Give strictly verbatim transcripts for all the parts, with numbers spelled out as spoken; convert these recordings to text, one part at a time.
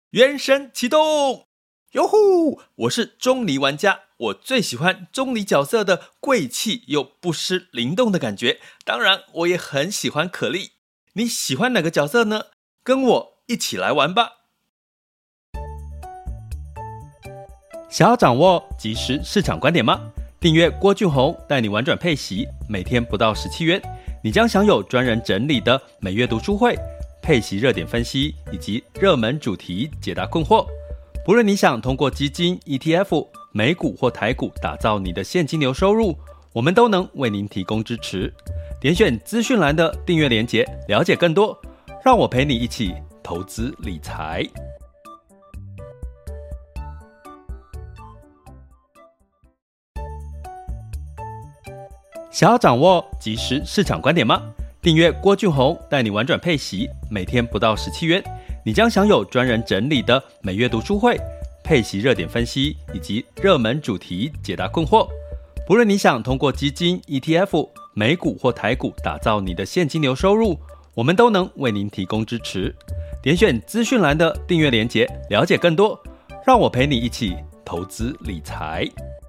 原神启动，哟呼！我是钟离玩家，我最喜欢钟离角色的贵气又不失灵动的感觉。当然，我也很喜欢可莉。你喜欢哪个角色呢？跟我一起来玩吧！想要掌握即时市场观点吗？订阅郭俊宏带你玩转配息，每天不到十七元，你将享有专人整理的每月读书会、配息热点分析以及热门主题解答困惑。不论你想通过基金、E T F、美股或台股打造你的现金流收入，我们都能为您提供支持。点选资讯栏的订阅连结，了解更多。让我陪你一起投资理财。想要掌握即时市场观点吗？订阅郭俊宏带你玩转配息，每天不到十七元，你将享有专人整理的每月读书会、配息热点分析以及热门主题解答困惑。不论你想通过基金、E T F、美股或台股打造你的现金流收入，我们都能为您提供支持。点选资讯栏的订阅连结，了解更多。让我陪你一起投资理财。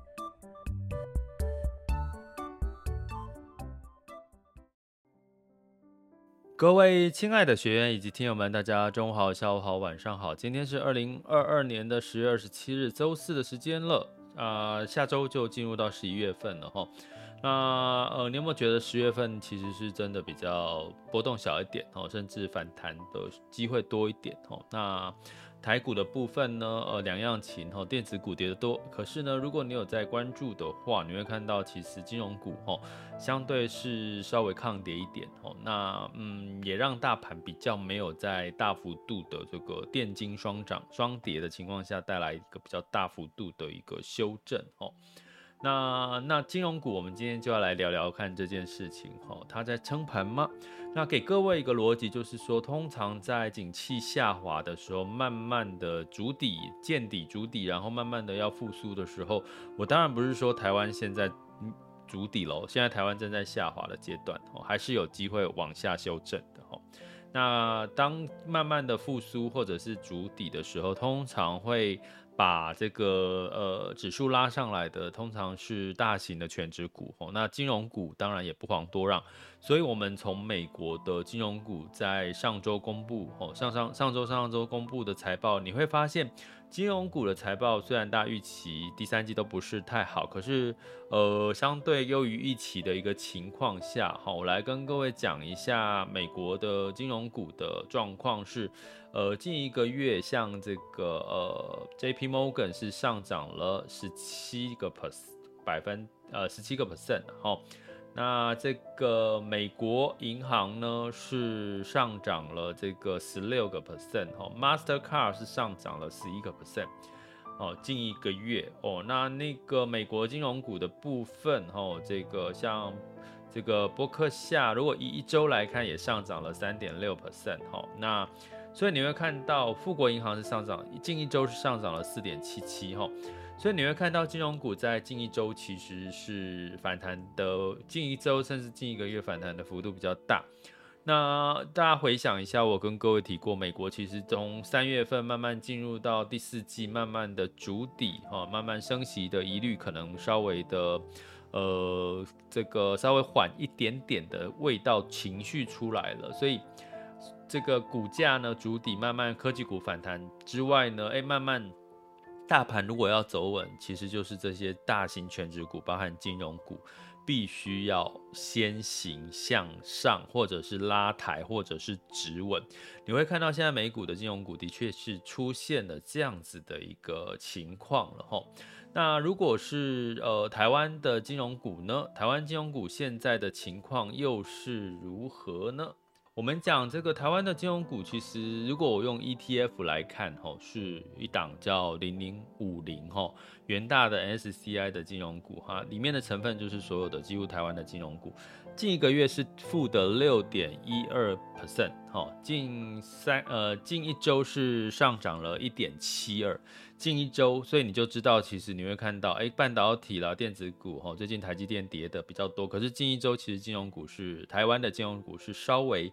各位亲爱的学员以及听友们，大家中午好、下午好、晚上好。今天是二零二二年的十月二十七日，周四的时间了。啊、呃，下周就进入到十一月份了哈。那呃，你有没有觉得十月份其实是真的比较波动小一点哦，甚至反弹的机会多一点哦？那台股的部分呢，呃，两样情哈，电子股跌得多，可是呢，如果你有在关注的话，你会看到其实金融股哈，相对是稍微抗跌一点哦。那嗯，也让大盘比较没有在大幅度的这个电金双涨双跌的情况下，带来一个比较大幅度的一个修正哦。那那金融股，我们今天就要来聊聊看这件事情哈，它在撑盘吗？那给各位一个逻辑，就是说，通常在景气下滑的时候，慢慢的筑底、见底、筑底，然后慢慢的要复苏的时候，我当然不是说台湾现在筑底喽，现在台湾正在下滑的阶段，还是有机会往下修正的哈。那当慢慢的复苏或者是筑底的时候，通常会把这个呃指数拉上来的，通常是大型的权值股哦。那金融股当然也不遑多让，所以我们从美国的金融股在上周公布哦，上上上周上上周公布的财报，你会发现金融股的财报虽然大预期第三季都不是太好，可是呃相对优于预期的一个情况下，好，我来跟各位讲一下美国的金融股的状况是。呃，近一个月，像这个呃 J P Morgan 是上涨了十七个 percent 百分呃十七个 percent 哈，那这个美国银行呢是上涨了这个十六个 percent 哈 ，Mastercard 是上涨了十一个 percent 哦，近一个月哦，那那个美国金融股的部分哦，这个像这个波克夏，如果以一周来看，也上涨了三点六 percent 哈，那。所以你会看到富国银行是上涨，近一周是上涨了 四点七七 哈，所以你会看到金融股在近一周其实是反弹的，近一周甚至近一个月反弹的幅度比较大。那大家回想一下，我跟各位提过，美国其实从三月份慢慢进入到第四季，慢慢的筑底哈，慢慢升息的疑虑可能稍微的。呃，这个稍微缓一点点的味道情绪出来了，所以。这个股价呢，筑底慢慢科技股反弹之外呢，哎，慢慢大盘如果要走稳，其实就是这些大型权值股，包含金融股，必须要先行向上，或者是拉抬，或者是止稳。你会看到现在美股的金融股的确是出现了这样子的一个情况了哈。那如果是呃台湾的金融股呢？台湾金融股现在的情况又是如何呢？我们讲这个台湾的金融股，其实如果我用 E T F 来看，是一档叫零零五零元大的 S C I 的金融股哈，里面的成分就是所有的几乎台湾的金融股，近一个月是负的 百分之六点一二，近三呃近一周是上涨了 一点七二，近一周，所以你就知道，其实你会看到，哎，半导体啦、电子股哈，最近台积电跌的比较多，可是近一周其实金融股是台湾的金融股是稍微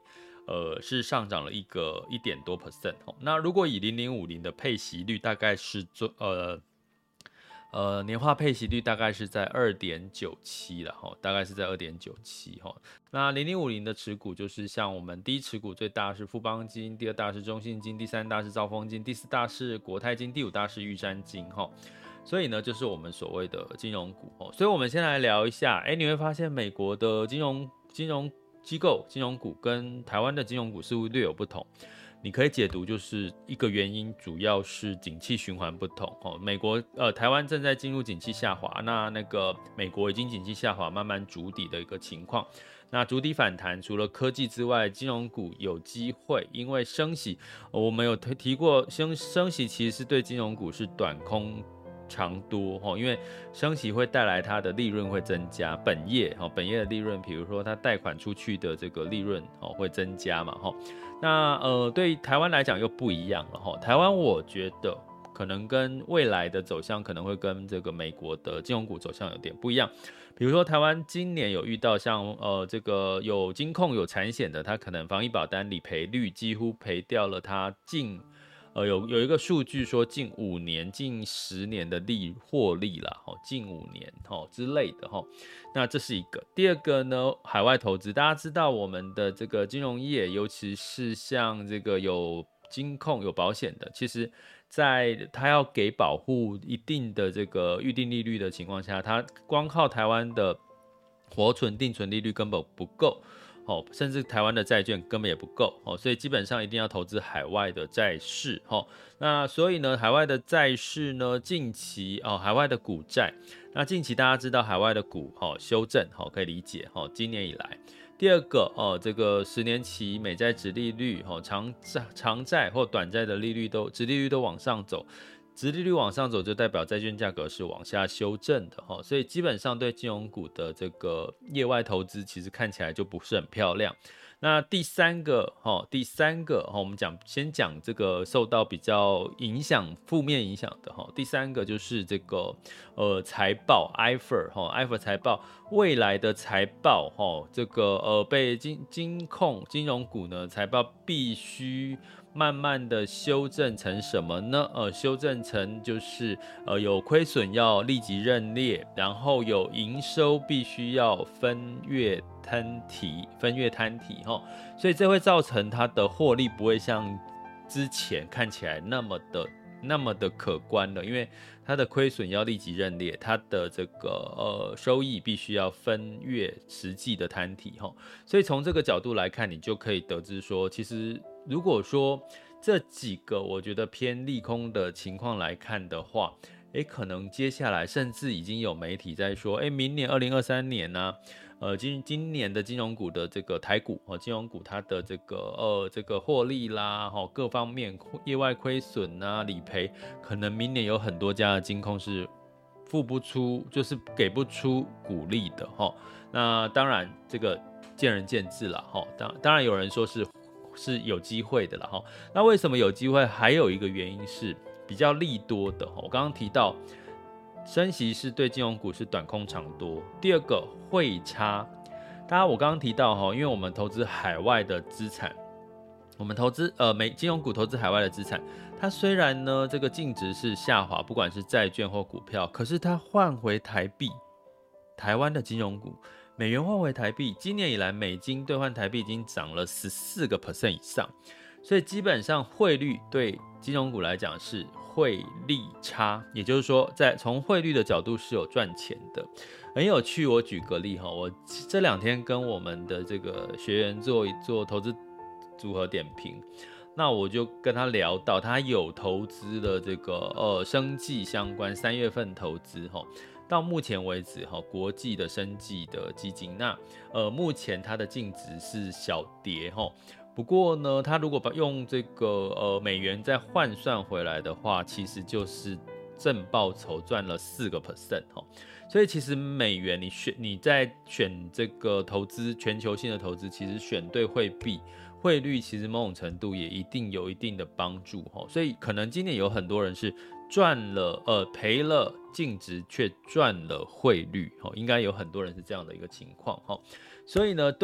呃是上涨了一个一点多 percent 哦。那如果以零零五零的配息率，大概是做呃。呃，年化配息率大概是在 二点九七 了哈，大概是在 二点九七 哈。那零零五零的持股就是像我们第一持股最大是富邦金，第二大是中信金，第三大是兆丰金，第四大是国泰金，第五大是玉山金哈。所以呢，就是我们所谓的金融股哦。所以我们先来聊一下，哎，你会发现美国的金融金融机构金融股跟台湾的金融股似乎略有不同。你可以解读就是一个原因，主要是景气循环不同哦。美国呃，台湾正在进入景气下滑，那那个美国已经景气下滑，慢慢筑底的一个情况。那筑底反弹，除了科技之外，金融股有机会，因为升息，我们有提过，升升息其实是对金融股是短空长多哈，因为升息会带来它的利润会增加，本业哈本业的利润，比如说它贷款出去的这个利润哦会增加嘛哈。那呃对台湾来讲又不一样了哈，台湾我觉得可能跟未来的走向可能会跟这个美国的金融股走向有点不一样。比如说台湾今年有遇到像呃这个有金控有产险的，它可能防疫保单理赔率几乎赔掉了它近。呃，有有一个数据说近五年、近十年的利获利啦，吼，近五年吼之类的吼，那这是一个。第二个呢，海外投资，大家知道我们的这个金融业，尤其是像这个有金控、有保险的，其实在它要给保护一定的这个预定利率的情况下，它光靠台湾的活存定存利率根本不够。哦，甚至台湾的债券根本也不够哦，所以基本上一定要投资海外的债市哦。那所以呢，海外的债市呢，近期哦，海外的股债，那近期大家知道海外的股哦修正哦，可以理解哦，今年以来。第二个哦，这个十年期美债殖利率哦，长债长债或短债的利率都殖利率都往上走。殖利率往上走，就代表债券价格是往下修正的哈，所以基本上对金融股的这个业外投资，其实看起来就不是很漂亮。那第三个哈，第三个哈，我们讲先讲这个受到比较影响、负面影响的哈。第三个就是这个呃财报 ，I F R 哈 ，I F R 财报未来的财报哈，这个呃被金金控金融股呢财报必须。慢慢的修正成什么呢？呃，修正成就是呃有亏损要立即认列，然后有营收必须要分月摊提，分月摊提哈，所以这会造成它的获利不会像之前看起来那么的那么的可观了，因为它的亏损要立即认列，它的这个呃收益必须要分月实际的摊提哈，所以从这个角度来看，你就可以得知说，其实。如果说这几个我觉得偏利空的情况来看的话，诶，可能接下来甚至已经有媒体在说，诶，明年二零二三年呢、啊，呃，今今年的金融股的这个台股哦，金融股它的这个呃这个获利啦，哈、哦，各方面业外亏损啊，理赔，可能明年有很多家的金控是付不出，就是给不出股利的哈、哦。那当然这个见仁见智啦，哈、哦，当当然有人说是。是有机会的了哈，那为什么有机会？还有一个原因是比较利多的哈。我刚刚提到升息是对金融股是短空长多。第二个汇差，大家我刚刚提到哈，因为我们投资海外的资产，我们投资呃美金融股投资海外的资产，它虽然呢这个净值是下滑，不管是债券或股票，可是它换回台币，台湾的金融股。美元换回台币，今年以来美金兑换台币已经涨了 百分之十四 以上，所以基本上汇率对金融股来讲是汇利差，也就是说，在从汇率的角度是有赚钱的，很有趣。我举个例哈，我这两天跟我们的这个学员做做投资组合点评，那我就跟他聊到，他有投资的这个呃生技相关三月份投资哈。到目前为止，哈，国际的生技的基金，那呃，目前它的净值是小跌，哈。不过呢，它如果把用这个呃美元再换算回来的话，其实就是正报酬赚了四个 percent， 哈。所以其实美元你选你在选这个投资全球性的投资，其实选对汇币。汇率其实某种程度也一定有一定的帮助，所以可能今年有很多人是赚了呃赔了净值却赚了汇率，应该有很多人是这样的一个情况，所以呢对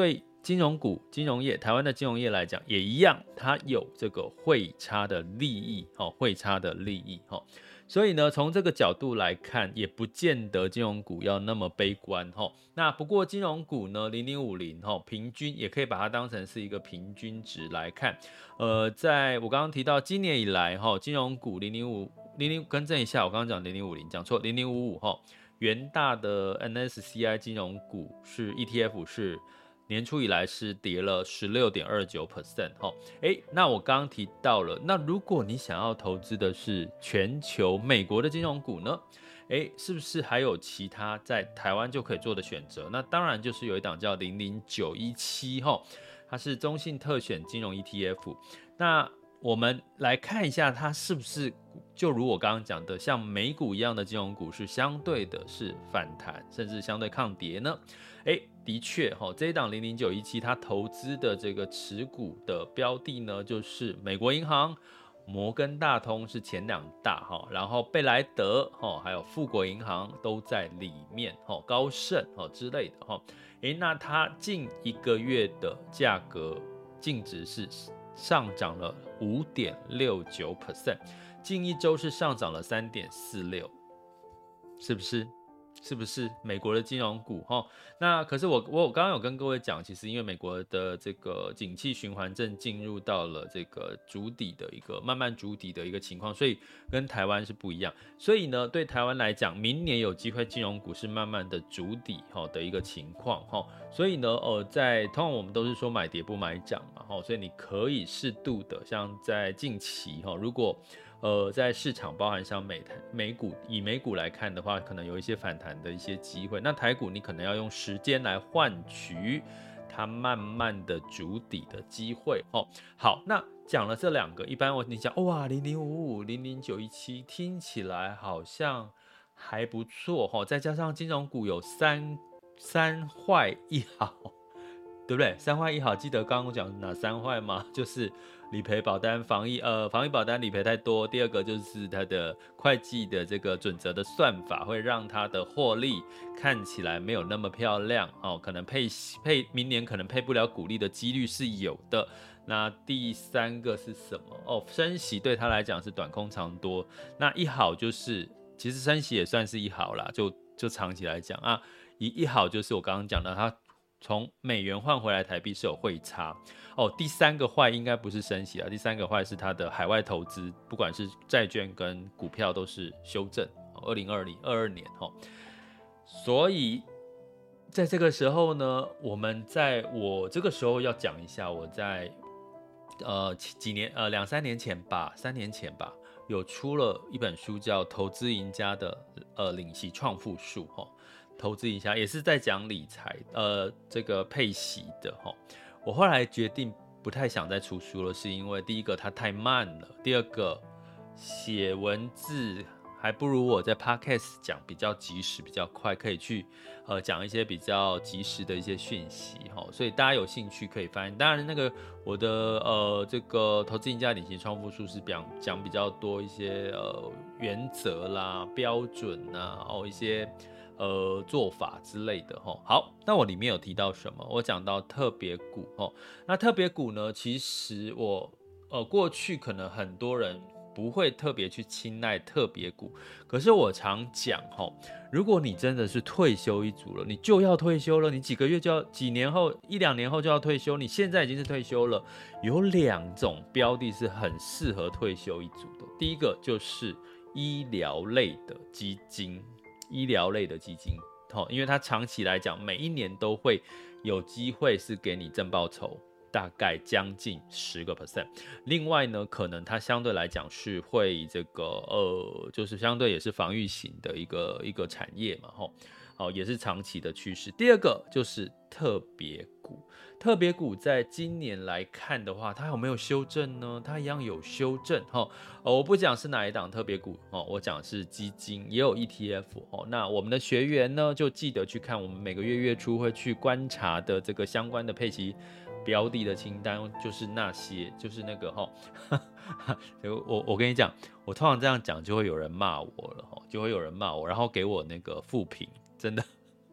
金融股、金融业，台湾的金融业来讲也一样，它有这个汇差的利益，哦，汇差的利益，哦，所以呢，从这个角度来看，也不见得金融股要那么悲观，哦。那不过金融股呢，零零五零，哦，平均也可以把它当成是一个平均值来看。呃，在我刚刚提到今年以来，哦，金融股零零五零零更正一下，我刚刚讲零零五零讲错，零零五五，哦，元大的 N S C I 金融股是 E T F 是。年初以来是跌了 百分之十六点二九， 齁，哎，那我刚刚提到了，那如果你想要投资的是全球美国的金融股呢，哎，是不是还有其他在台湾就可以做的选择？那当然就是有一档叫零零九一七，齁，它是中信特选金融 E T F， 那我们来看一下它是不是就如我刚刚讲的像美股一样的金融股是相对的是反弹甚至相对抗跌呢？哎，的确，这一档零零九一七它投资的这个持股的标的呢，就是美国银行、摩根大通是前两大，然后贝莱德还有富国银行都在里面，高盛之类的。诶，那它近一个月的价格净值是上涨了 百分之五点六九， 近一周是上涨了 百分之三点四六， 是不是？是不是美国的金融股？那可是我我刚刚有跟各位讲，其实因为美国的这个景气循环正进入到了这个筑底的一个慢慢筑底的一个情况，所以跟台湾是不一样。所以呢，对台湾来讲，明年有机会金融股是慢慢的筑底的一个情况。所以呢，呃，在通常我们都是说买跌不买涨嘛，所以你可以适度的，像在近期，如果呃，在市场包含像美美股，以美股来看的话，可能有一些反弹的一些机会。那台股你可能要用时间来换取它慢慢的筑底的机会。哦，好，那讲了这两个，一般我你讲哇，零零五五、零零九一七听起来好像还不错，哦，再加上金融股有三三坏一好，对不对？三坏一好，记得刚刚我讲哪三坏吗？就是理赔保单、防疫呃防疫保单理赔太多，第二个就是它的会计的这个准则的算法会让它的获利看起来没有那么漂亮哦，可能配配明年可能配不了股利的几率是有的。那第三个是什么？哦，升息对他来讲是短空长多。那一好就是其实升息也算是一好啦，就就长期来讲啊，一一好就是我刚刚讲的它。从美元换回来台币是有汇差哦。第三个坏应该不是升息啊，第三个坏是它的海外投资，不管是债券跟股票都是修正。二零二二年哈，所以在这个时候呢，我们在我这个时候要讲一下，我在呃几年呃两三年前吧，三年前吧，有出了一本书叫《投资赢家的呃领息创富术》哈。投资一下也是在讲理财，呃，这个配息的哈。我后来决定不太想再出书了，是因为第一个它太慢了，第二个写文字还不如我在 podcast 讲比较及时、比较快，可以去呃讲一些比较及时的一些讯息哈。所以大家有兴趣可以翻。当然，那个我的呃这个投资赢家领息创富术是讲讲比较多一些呃原则啦、标准啊，哦一些。呃，做法之类的齁。好，那我里面有提到什么？我讲到特别股齁。那特别股呢，其实我呃过去可能很多人不会特别去青睐特别股，可是我常讲齁，如果你真的是退休一族了，你就要退休了，你几个月就要，几年后一两年后就要退休，你现在已经是退休了，有两种标的是很适合退休一族的。第一个就是医疗类的基金。医疗类的基金，因为它长期来讲，每一年都会有机会是给你正报酬，大概将近 百分之十。另外呢，可能它相对来讲是会这个呃，就是相对也是防御型的一个一个产业嘛，吼。哦，也是长期的趋势。第二个就是特别股，特别股在今年来看的话，它有没有修正呢？它一样有修正哈、哦哦。我不讲是哪一档特别股哦，我讲是基金，也有 E T F 哦。那我们的学员呢，就记得去看我们每个月月初会去观察的这个相关的配息标的的清单，就是那些，就是那个哈。我我跟你讲，我通常这样讲就会有人骂我了哈，就会有人骂我，然后给我那个负评。真的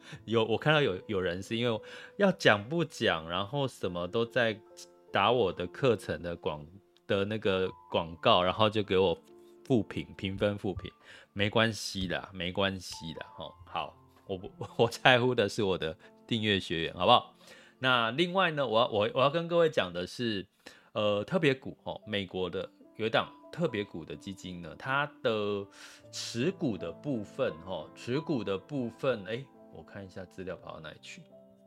有我看到有有人是因为要讲不讲，然后什么都在打我的课程的广的那个广告，然后就给我负评评分负评，没关系的，没关系的，哦，好，我不我在乎的是我的订阅学员，好不好？那另外呢，我要我我要跟各位讲的是，呃，特别股哦，美国的有一档特别股的基金呢，它的持股的部分哦，持股的部分，哎，我看一下资料跑到哪里去。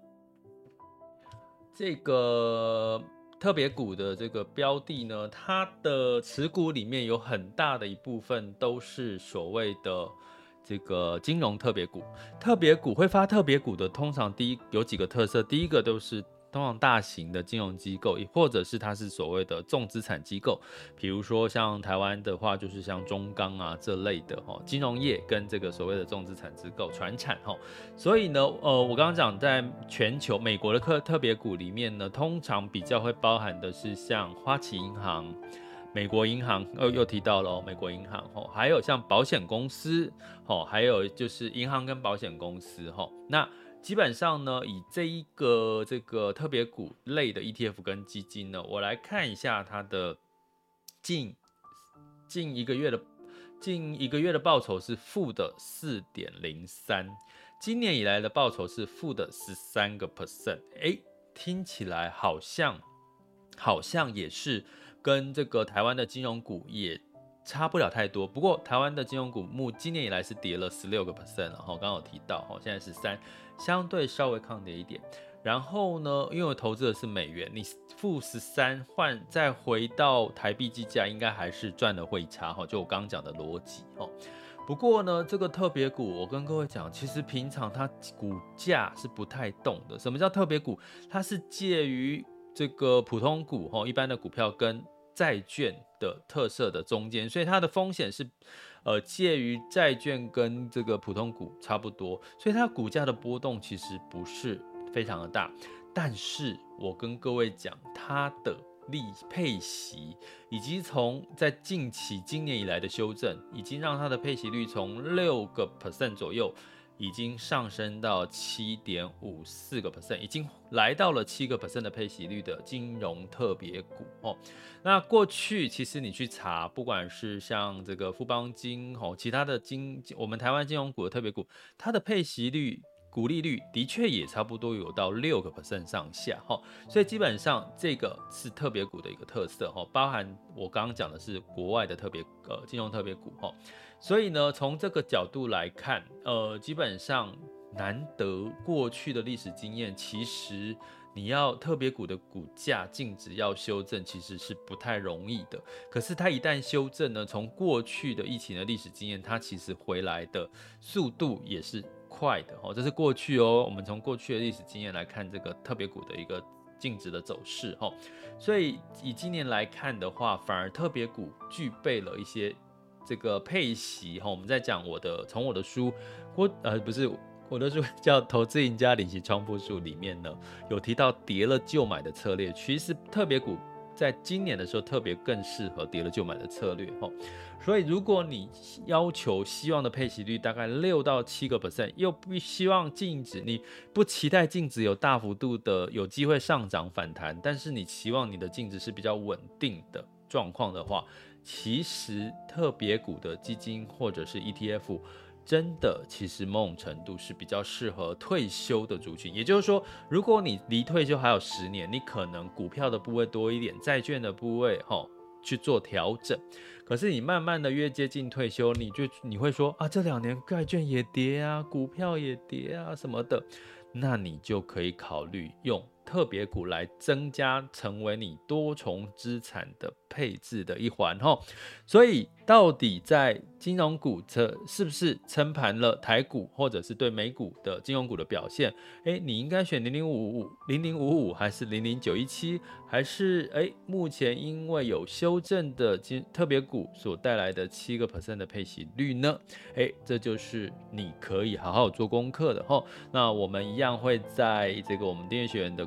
这个特别股的这个标的呢，它的持股里面有很大的一部分都是所谓的这个金融特别股。特别股会发特别股的，通常第一有几个特色，第一个都是通常大型的金融机构，或者是它是所谓的重资产机构，比如说像台湾的话，就是像中钢啊这类的哈，金融业跟这个所谓的重资产机构、传产哈。所以呢，呃，我刚刚讲在全球美国的特特别股里面呢，通常比较会包含的是像花旗银行、美国银行，呃，又提到了、哦、美国银行哈，还有像保险公司，哈，还有就是银行跟保险公司哈，那。基本上呢，以这一个这个特别股类的 E T F 跟基金呢，我来看一下它的近近一个月的近一个月的报酬是负的四点零三，今年以来的报酬是负的十三个 percent， 哎，听起来好像好像也是跟这个台湾的金融股也差不了太多，不过台湾的金融股目今年以来是跌了十六个 percent， 然后刚刚有提到，现在十三，相对稍微抗跌一点。然后呢，因为我投资的是美元，你负十三换再回到台币计价，应该还是赚了汇差哈，就我刚刚讲的逻辑哈。不过呢，这个特别股，我跟各位讲，其实平常它股价是不太动的。什么叫特别股？它是介于这个普通股哈，一般的股票跟债券的特色的中间，所以它的风险是，呃，介于债券跟这个普通股差不多，所以它股价的波动其实不是非常的大。但是我跟各位讲，它的利配息以及从在近期今年以来的修正，已经让它的配息率从六个 percent 左右。已经上升到 七点五四个 percent， 已经来到了七个 percent 的配息率的金融特别股哦。那过去其实你去查，不管是像这个富邦金哦，其他的金，我们台湾金融股的特别股，它的配息率。股利率的确也差不多有到六个 percent 上下哈，所以基本上这个是特别股的一个特色哈，包含我刚刚讲的是国外的特别呃金融特别股哈，所以呢从这个角度来看，呃基本上难得过去的历史经验，其实你要特别股的股价净值要修正，其实是不太容易的。可是它一旦修正呢，从过去的疫情的历史经验，它其实回来的速度也是快的哦，这是过去哦。我们从过去的历史经验来看这个特别股的一个净值的走势哦，所以以今年来看的话，反而特别股具备了一些这个配息哈。我们在讲我的从我的书，我呃不是我的书叫《投资赢家领息创富术》里面呢，有提到跌了就买的策略，其实特别股。在今年的时候，特别更适合跌了就买的策略哈。所以，如果你要求希望的配息率大概六到七个 percent， 又不希望净值，你不期待净值有大幅度的有机会上涨反弹，但是你期望你的净值是比较稳定的状况的话，其实特别股的基金或者是 E T F。真的，其实某种程度是比较适合退休的族群。也就是说，如果你离退休还有十年，你可能股票的部位多一点，债券的部位齁去做调整。可是你慢慢的越接近退休，你就你会说啊，这两年债券也跌啊，股票也跌啊什么的，那你就可以考虑用特别股来增加，成为你多重资产的配置的一环齁。所以到底在金融股这是不是撑盘了台股或者是对美股的金融股的表现？哎，你应该选零零五五、零零五五还是零零九一七，还是哎目前因为有修正的特别股所带来的七个 percent 的配息率呢？哎，这就是你可以好好做功课的齁。那我们一样会在这个我们订阅学员的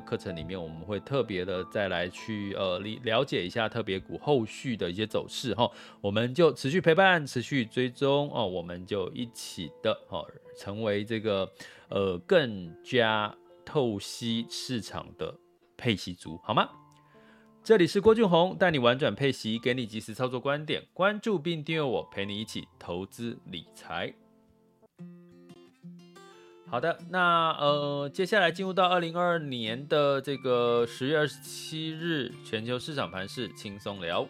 课程里面，我们会特别的再来去呃了解一下特别股后续的一些走势哈，我们就持续陪伴，持续追踪哦，我们就一起的哦，成为这个呃更加透析市场的配息族，好吗？这里是郭俊宏，带你玩转配息，给你及时操作观点，关注并订阅我，陪你一起投资理财。好的，那呃，接下来进入到二零二二年的这个十月二十七日，全球市场盘势轻松聊。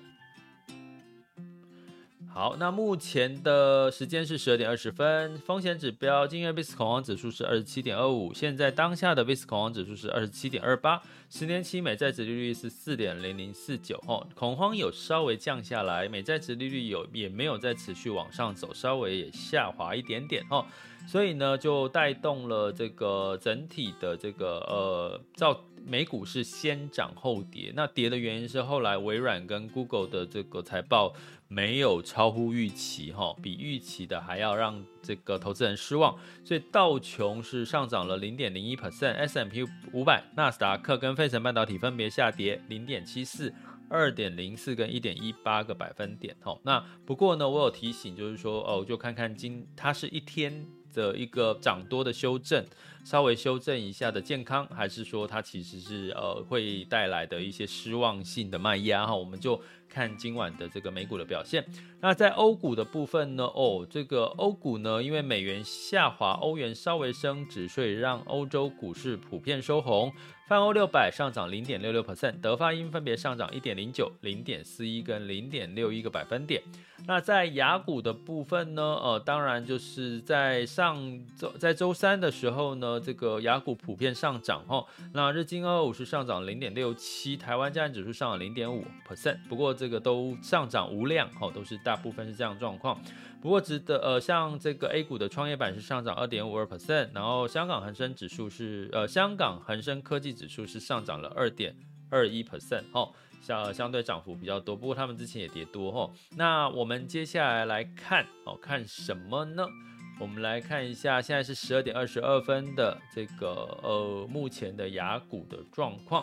好，那目前的时间是十二点二十分，风险指标今日 V I X 恐慌指数是二十七点二五，现在当下的 V I X 恐慌指数是二十七点二八，十年期美债殖利率是 四点零零四九， 恐慌有稍微降下来，美债殖利率有也没有再持续往上走，稍微也下滑一点点，所以呢就带动了这个整体的这个呃照美股是先涨后跌，那跌的原因是后来微软跟 Google 的这个财报没有超乎预期，比预期的还要让这个投资人失望，所以道琼是上涨了 百分之零点零一 ，S and P 五百、纳斯达克跟费城半导体分别下跌 零点七四、二点零四 跟 一点一八 个百分点。那不过呢，我有提醒，就是说哦，就看看今它是一天的一个涨多的修正，稍微修正一下的健康，还是说它其实是呃会带来的一些失望性的卖压哈，我们就看今晚的这个美股的表现。那在欧股的部分呢，哦，这个欧股呢，因为美元下滑，欧元稍微升值，所以让欧洲股市普遍收红。泛欧六百上涨 零点六六 percent， 德法英分别上涨 一点零九、零点四一 跟 零点六一 个百分点。那在亚股的部分呢，呃，当然就是在上周在周三的时候呢，这个亚股普遍上涨哦。那日经二二五是上涨 零点六七， 台湾加权指数上涨 零点五 percent， 不过这个都上涨无量哦，都是大部分是这样的状况。不过值得呃，像这个 A 股的创业板是上涨 二点五二 percent， 然后香港恒生指数是呃香港恒生科技指数是上涨了 二点二一 percent 哦，相相对涨幅比较多，不过他们之前也跌多哦。那我们接下来来看哦，看什么呢？我们来看一下，现在是十二点二十二分的这个呃目前的亚股的状况。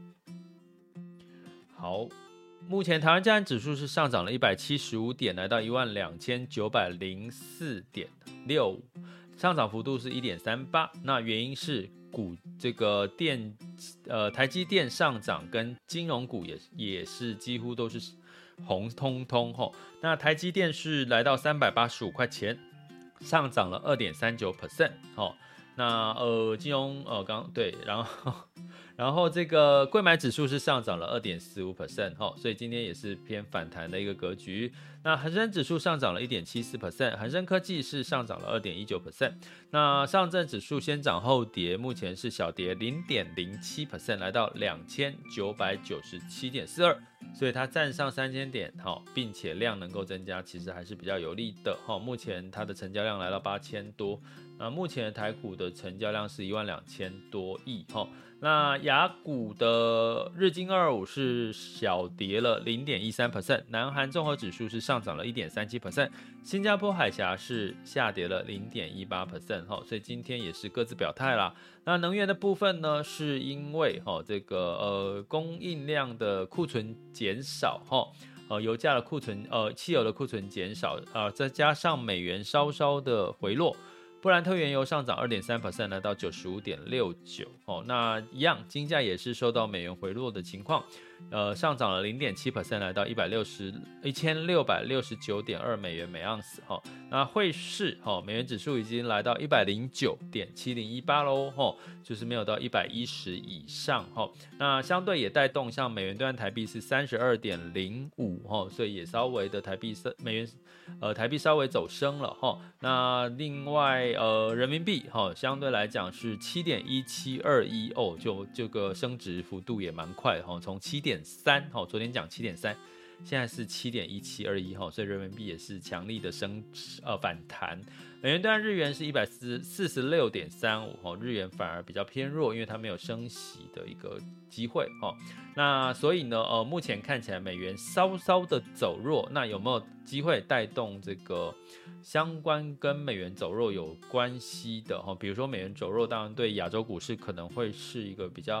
好。目前台湾加权指数是上涨了一百七十五点，来到一万两千九百零四点六五，上涨幅度是 一点三八。那原因是股这个电呃台积电上涨，跟金融股也也是几乎都是红通通吼。那台积电是来到三百八十五块钱，上涨了 二点三九 percent 吼。那呃金融呃刚对，然后。然后这个柜买指数是上涨了 二点四五 percent， 所以今天也是偏反弹的一个格局。那恒生指数上涨了 一点七四 percent， 恒生科技是上涨了 二点一九 percent。那上证指数先涨后跌，目前是小跌 零点零七 percent， 来到两千九百九十七点四二，所以它站上三千点，并且量能够增加，其实还是比较有利的。目前它的成交量来到八千多，那目前台股的成交量是一万两千多亿。那亚股的日经二二五是小跌了 零点一三 percent， 南韩综合指数是上涨了 一点三七 percent， 新加坡海峡是下跌了 零点一八 percent， 所以今天也是各自表态啦。那能源的部分呢，是因为这个呃供应量的库存减少，呃油价的库存呃汽油的库存减少，呃再加上美元稍稍的回落。布兰特原油上涨 二点三 percent， 来到 九十五点六九、哦、那一样金价也是受到美元回落的情况，呃上涨了 零点七 percent， 来到一千六百六十九点二美元每盎司、哦、那汇市、哦、美元指数已经来到 一百零九点七零一八 咯、哦、就是没有到一百一十以上、哦、那相对也带动像美元兑换台币是 三十二点零五、哦、所以也稍微的台币美元呃台币稍微走升了、哦、那另外呃，人民币、哦、相对来讲是 七点一七二一、哦、就这个升值幅度也蛮快、哦、从 七点三、哦、昨天讲 七点三， 现在是 七点一七二一、哦、所以人民币也是强力的升呃反弹。美元兑换日元是 一百四十六点三五、哦、日元反而比较偏弱，因为它没有升息的一个机会、哦、那所以呢呃，目前看起来美元稍稍的走弱，那有没有机会带动这个相关跟美元走弱有关系的、哦、比如说美元走弱当然对亚洲股市可能会是一个比较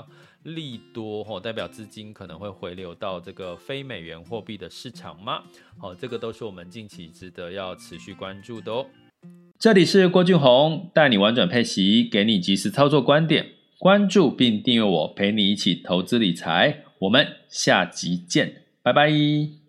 利多、哦、代表资金可能会回流到这个非美元货币的市场吗？好、哦，这个都是我们近期值得要持续关注的哦。这里是郭俊宏，带你玩转配息，给你及时操作观点。关注并订阅我，陪你一起投资理财。我们下集见，拜拜。